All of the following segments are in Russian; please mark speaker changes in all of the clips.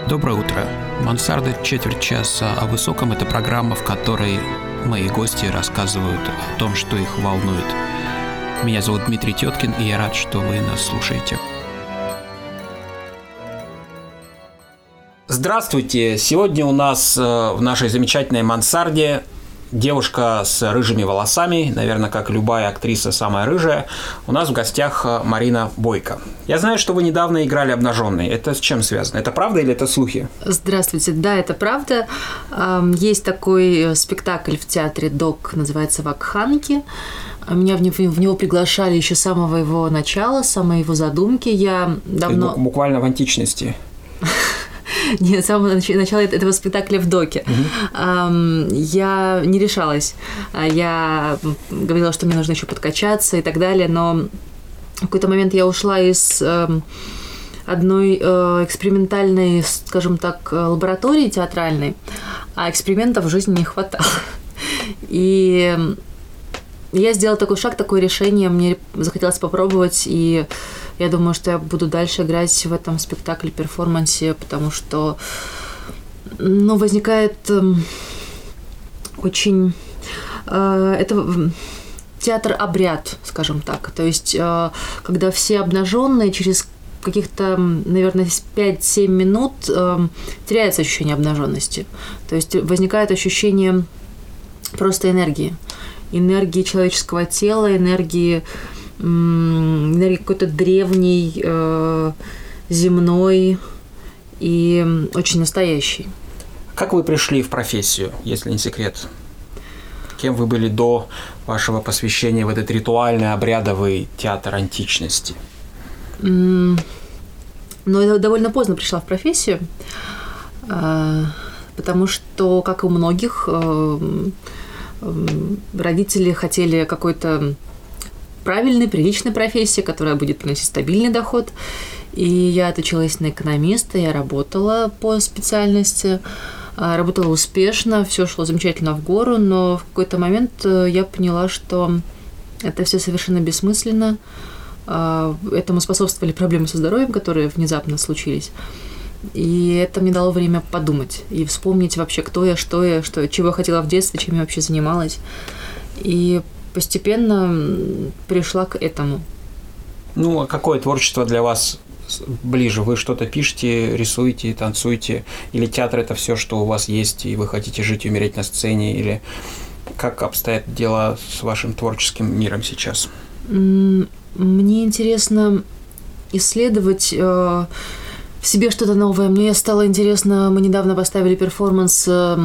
Speaker 1: Доброе утро. «Мансарда. Четверть часа о высоком» — это программа, в которой мои гости рассказывают о том, что их волнует. Меня зовут Дмитрий Теткин, и я рад, что вы нас слушаете. Здравствуйте! Сегодня у нас в нашей замечательной мансарде девушка с рыжими волосами, наверное, как любая актриса, самая рыжая. У нас в гостях Марина Бойко. Я знаю, что вы недавно играли обнаженной. Это с чем связано? Это правда или это слухи?
Speaker 2: Здравствуйте. Да, это правда. Есть такой спектакль в театре ДОК, называется «Вакханки». Меня в него приглашали еще с самого его начала, с самой его задумки. Я давно...
Speaker 1: Буквально в античности.
Speaker 2: Нет, с самого начала этого спектакля в ДОКе. Я не решалась. Я говорила, что мне нужно еще подкачаться и так далее, но в какой-то момент я ушла из одной экспериментальной, скажем так, лаборатории театральной, а экспериментов в жизни не хватало. И я сделала такой шаг, такое решение, мне захотелось попробовать, и я думаю, что я буду дальше играть в этом спектакле-перформансе, потому что, возникает очень... Это театр-обряд, скажем так. То есть, когда все обнаженные, через каких-то, наверное, 5-7 минут теряется ощущение обнаженности. То есть, возникает ощущение просто энергии. Энергии человеческого тела, энергии какой-то древней, земной и очень настоящей.
Speaker 1: Как вы пришли в профессию, если не секрет? Кем вы были до вашего посвящения в этот ритуальный, обрядовый театр античности?
Speaker 2: Я довольно поздно пришла в профессию, потому что, как и у многих, родители хотели какой-то правильной, приличной профессии, которая будет приносить стабильный доход. И я отучилась на экономиста, я работала по специальности, работала успешно, все шло замечательно в гору, но в какой-то момент я поняла, что это все совершенно бессмысленно. Этому способствовали проблемы со здоровьем, которые внезапно случились. И это мне дало время подумать и вспомнить вообще, кто я, что я, чего я хотела в детстве, чем я вообще занималась. И постепенно пришла к этому.
Speaker 1: А какое творчество для вас ближе? Вы что-то пишете, рисуете, танцуете? Или театр – это все, что у вас есть, и вы хотите жить и умереть на сцене? Или как обстоят дела с вашим творческим миром сейчас?
Speaker 2: Мне интересно исследовать в себе что-то новое. Мне стало интересно, мы недавно поставили перформанс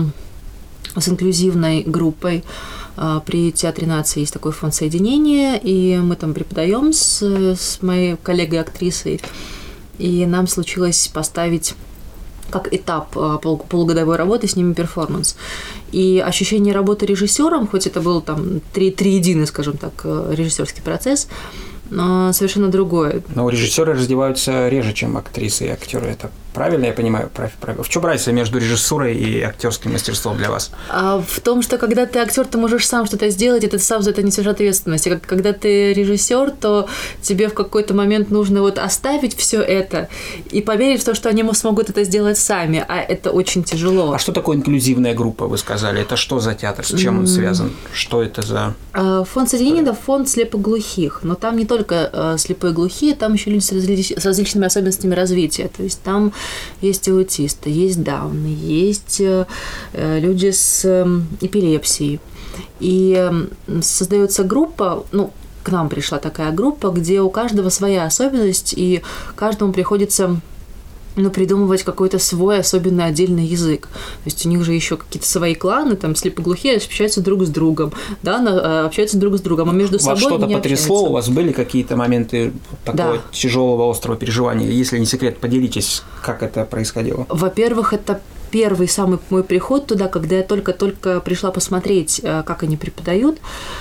Speaker 2: с инклюзивной группой. При Театре нации есть такой фонд соединения, и мы там преподаем с моей коллегой-актрисой, и нам случилось поставить как этап полугодовой работы с ними перформанс. И ощущение работы режиссером, хоть это был там триединый, скажем так, режиссерский процесс, совершенно другое.
Speaker 1: Но режиссеры раздеваются реже, чем актрисы и актеры. Это правильно я понимаю? В чем разница между режиссурой и актерским мастерством для вас?
Speaker 2: В том, что когда ты актер, ты можешь сам что-то сделать, и ты сам за это несешь ответственность. А когда ты режиссер, то тебе в какой-то момент нужно оставить все это и поверить в то, что они смогут это сделать сами. А это очень тяжело.
Speaker 1: А что такое инклюзивная группа, вы сказали? Это что за театр? С чем он связан? Что это за...
Speaker 2: Фонд соединения – это фонд слепоглухих. Но там не только слепые глухие, там еще люди с различными особенностями развития. То есть там есть аутисты, есть дауны, есть люди с эпилепсией. И создается группа, к нам пришла такая группа, где у каждого своя особенность, и каждому приходится придумывать какой-то свой особенный отдельный язык. То есть у них же еще какие-то свои кланы, там слепоглухие общаются друг с другом, общаются друг с другом, а между собой не общаются.
Speaker 1: Вас что-то потрясло? У вас были какие-то моменты такого тяжелого, острого переживания? Если не секрет, поделитесь, как это происходило.
Speaker 2: Во-первых, это первый самый мой приход туда, когда я только пришла посмотреть, как они преподают,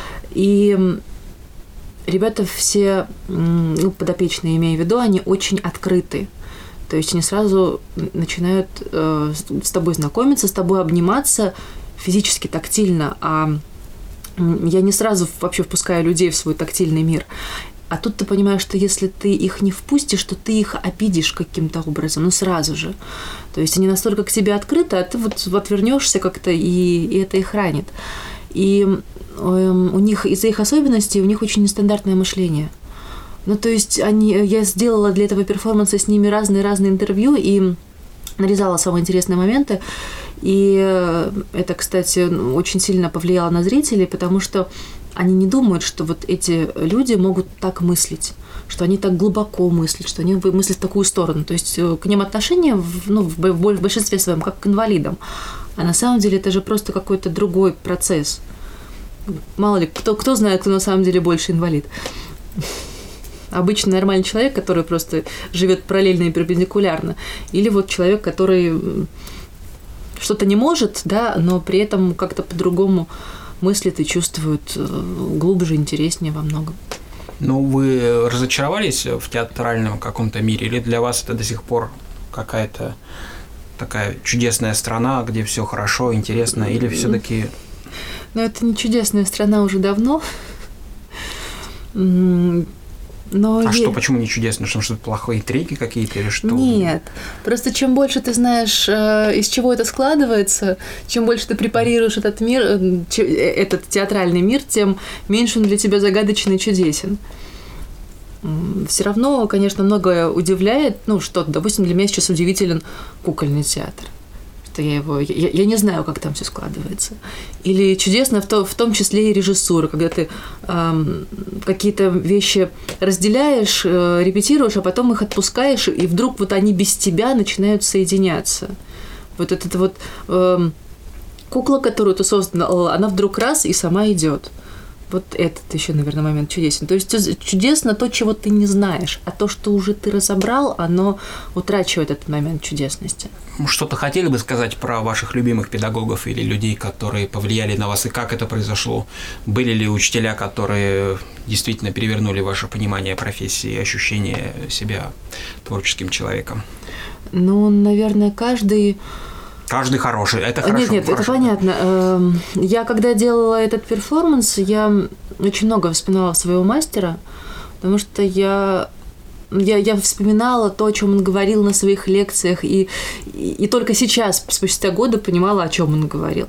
Speaker 2: и ребята все, подопечные, имею в виду, они очень открыты. То есть они сразу начинают с тобой знакомиться, с тобой обниматься физически, тактильно, а я не сразу вообще впускаю людей в свой тактильный мир. А тут ты понимаешь, что если ты их не впустишь, то ты их обидишь каким-то образом, сразу же. То есть они настолько к тебе открыты, а ты вот отвернешься как-то, и это их ранит. И у них, из-за их особенностей, у них очень нестандартное мышление. То есть я сделала для этого перформанса с ними разные интервью и нарезала самые интересные моменты. И это, кстати, очень сильно повлияло на зрителей, потому что они не думают, что вот эти люди могут так мыслить, что они так глубоко мыслят, что они мыслят в такую сторону. То есть к ним отношение в большинстве своем как к инвалидам. А на самом деле это же просто какой-то другой процесс. Мало ли, кто знает, кто на самом деле больше инвалид. Обычный нормальный человек, который просто живет параллельно и перпендикулярно. Или вот человек, который что-то не может, да, но при этом как-то по-другому мыслит и чувствует глубже, интереснее во многом.
Speaker 1: Вы разочаровались в театральном каком-то мире? Или для вас это до сих пор какая-то такая чудесная страна, где все хорошо, интересно? Или все-таки...
Speaker 2: Это не чудесная страна уже давно.
Speaker 1: Что, почему не чудесно? Что плохие треки какие-то или что?
Speaker 2: Нет, просто чем больше ты знаешь, из чего это складывается, чем больше ты препарируешь этот мир, этот театральный мир, тем меньше он для тебя загадочный и чудесен. Все равно, конечно, многое удивляет. Что-то, допустим, для меня сейчас удивителен кукольный театр. Я не знаю, как там все складывается. Или чудесно в том числе и режиссура, когда ты какие-то вещи разделяешь, репетируешь, а потом их отпускаешь, и вдруг вот они без тебя начинают соединяться. Вот эта вот кукла, которую ты создала, она вдруг раз и сама идет. Вот этот еще, наверное, момент чудесен. То есть чудесно то, чего ты не знаешь, а то, что уже ты разобрал, оно утрачивает этот момент чудесности.
Speaker 1: Что-то хотели бы сказать про ваших любимых педагогов или людей, которые повлияли на вас, и как это произошло? Были ли учителя, которые действительно перевернули ваше понимание профессии и ощущение себя творческим человеком?
Speaker 2: Наверное, каждый
Speaker 1: хороший, это хорошо.
Speaker 2: Нет, это понятно. Я, когда делала этот перформанс, я очень много вспоминала своего мастера, потому что я вспоминала то, о чем он говорил на своих лекциях, и только сейчас, спустя годы, понимала, о чем он говорил.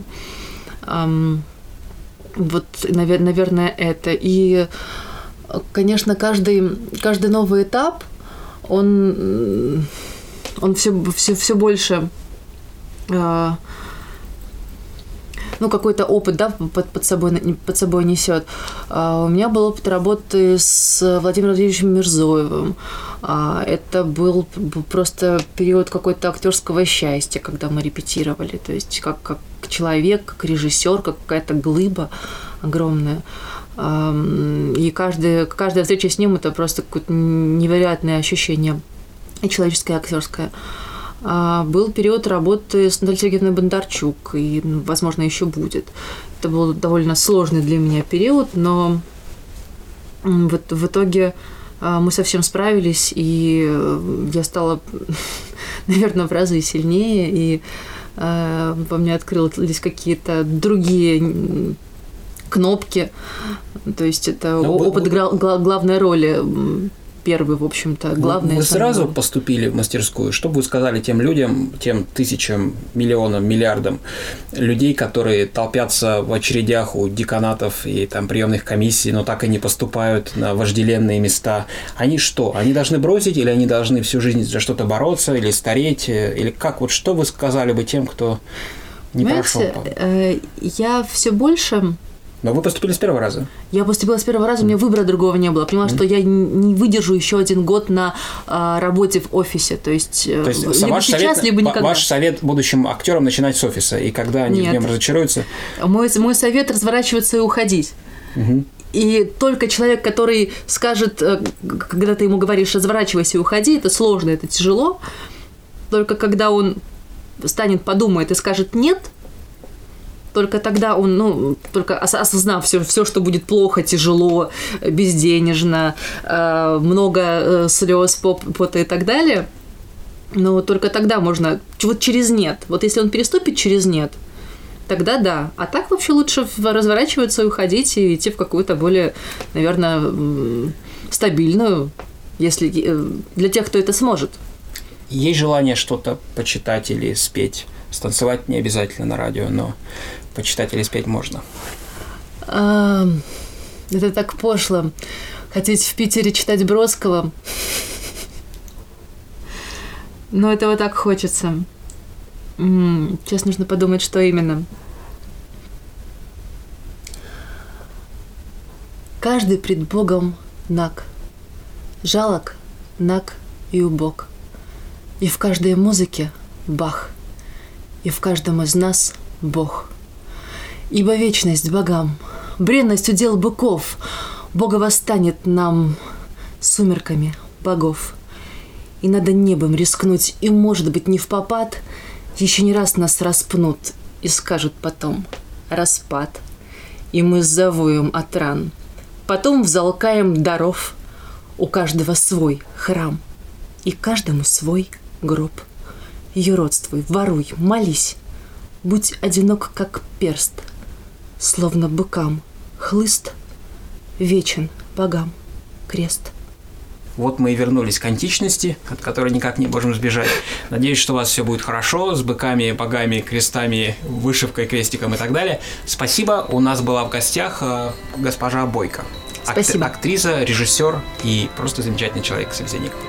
Speaker 2: Вот, наверное, это. И, конечно, каждый новый этап, он все больше... какой-то опыт, да, под собой несет. У меня был опыт работы с Владимиром Владимировичем Мирзоевым. Это был просто период какой-то актерского счастья, когда мы репетировали. То есть как человек, как режиссер, как какая-то глыба огромная. И каждая встреча с ним – это просто какое-то невероятное ощущение, и человеческое, и актерское. Был период работы с Натальей Сергеевной Бондарчук, и, возможно, еще будет. Это был довольно сложный для меня период, но вот в итоге мы совсем справились, и я стала, наверное, в разы сильнее, и во мне открылись какие-то другие кнопки. То есть это опыт главной роли. Первый, в общем-то, главный.
Speaker 1: Вы сразу поступили в мастерскую? Что бы вы сказали тем людям, тем тысячам, миллионам, миллиардам людей, которые толпятся в очередях у деканатов и там приемных комиссий, но так и не поступают на вожделенные места? Они что? Они должны бросить, или они должны всю жизнь за что-то бороться, или стареть? Или как? Вот что вы сказали бы тем, кто не прошел?
Speaker 2: Я все больше...
Speaker 1: Но вы поступили с первого раза? Я
Speaker 2: поступила с первого раза, у меня выбора другого не было. Поняла, что я не выдержу еще 1 год на работе в офисе. То есть либо сейчас, либо никогда.
Speaker 1: Ваш совет будущим актерам начинать с офиса, и когда они в нем разочаруются?
Speaker 2: Мой совет – разворачиваться и уходить.
Speaker 1: Угу.
Speaker 2: И только человек, который скажет, когда ты ему говоришь «разворачивайся и уходи», это сложно, это тяжело. Только когда он встанет, подумает и скажет «нет», только тогда он, только осознав все, что будет плохо, тяжело, безденежно, много слез, пота и так далее, но только тогда можно, вот через «нет». Вот если он переступит через «нет», тогда да. А так вообще лучше разворачиваться и уходить, и идти в какую-то более, наверное, стабильную, если для тех, кто это сможет.
Speaker 1: Есть желание что-то почитать или спеть? Станцевать не обязательно на радио, но почитать или спеть можно.
Speaker 2: Это так пошло. Хотеть в Питере читать Бродского. Но этого так хочется. Сейчас нужно подумать, что именно. Каждый пред Богом наг, жалок, наг и убог. И в каждой музыке Бах, и в каждом из нас Бог. Ибо вечность богам, бренность удел быков, Бога восстанет нам сумерками богов. И надо небом рискнуть, и, может быть, не впопад, еще не раз нас распнут и скажут потом распад. И мы завоем от ран, потом взалкаем даров, у каждого свой храм, и каждому свой гроб. Юродствуй, воруй, молись, будь одинок, как перст, словно быкам хлыст, вечен богам крест.
Speaker 1: Вот мы и вернулись к античности, от которой никак не можем сбежать. Надеюсь, что у вас все будет хорошо, с быками, богами, крестами, вышивкой, крестиком и так далее. Спасибо. У нас была в гостях госпожа Бойко.
Speaker 2: Спасибо.
Speaker 1: Актриса, режиссер и просто замечательный человек, собеседник.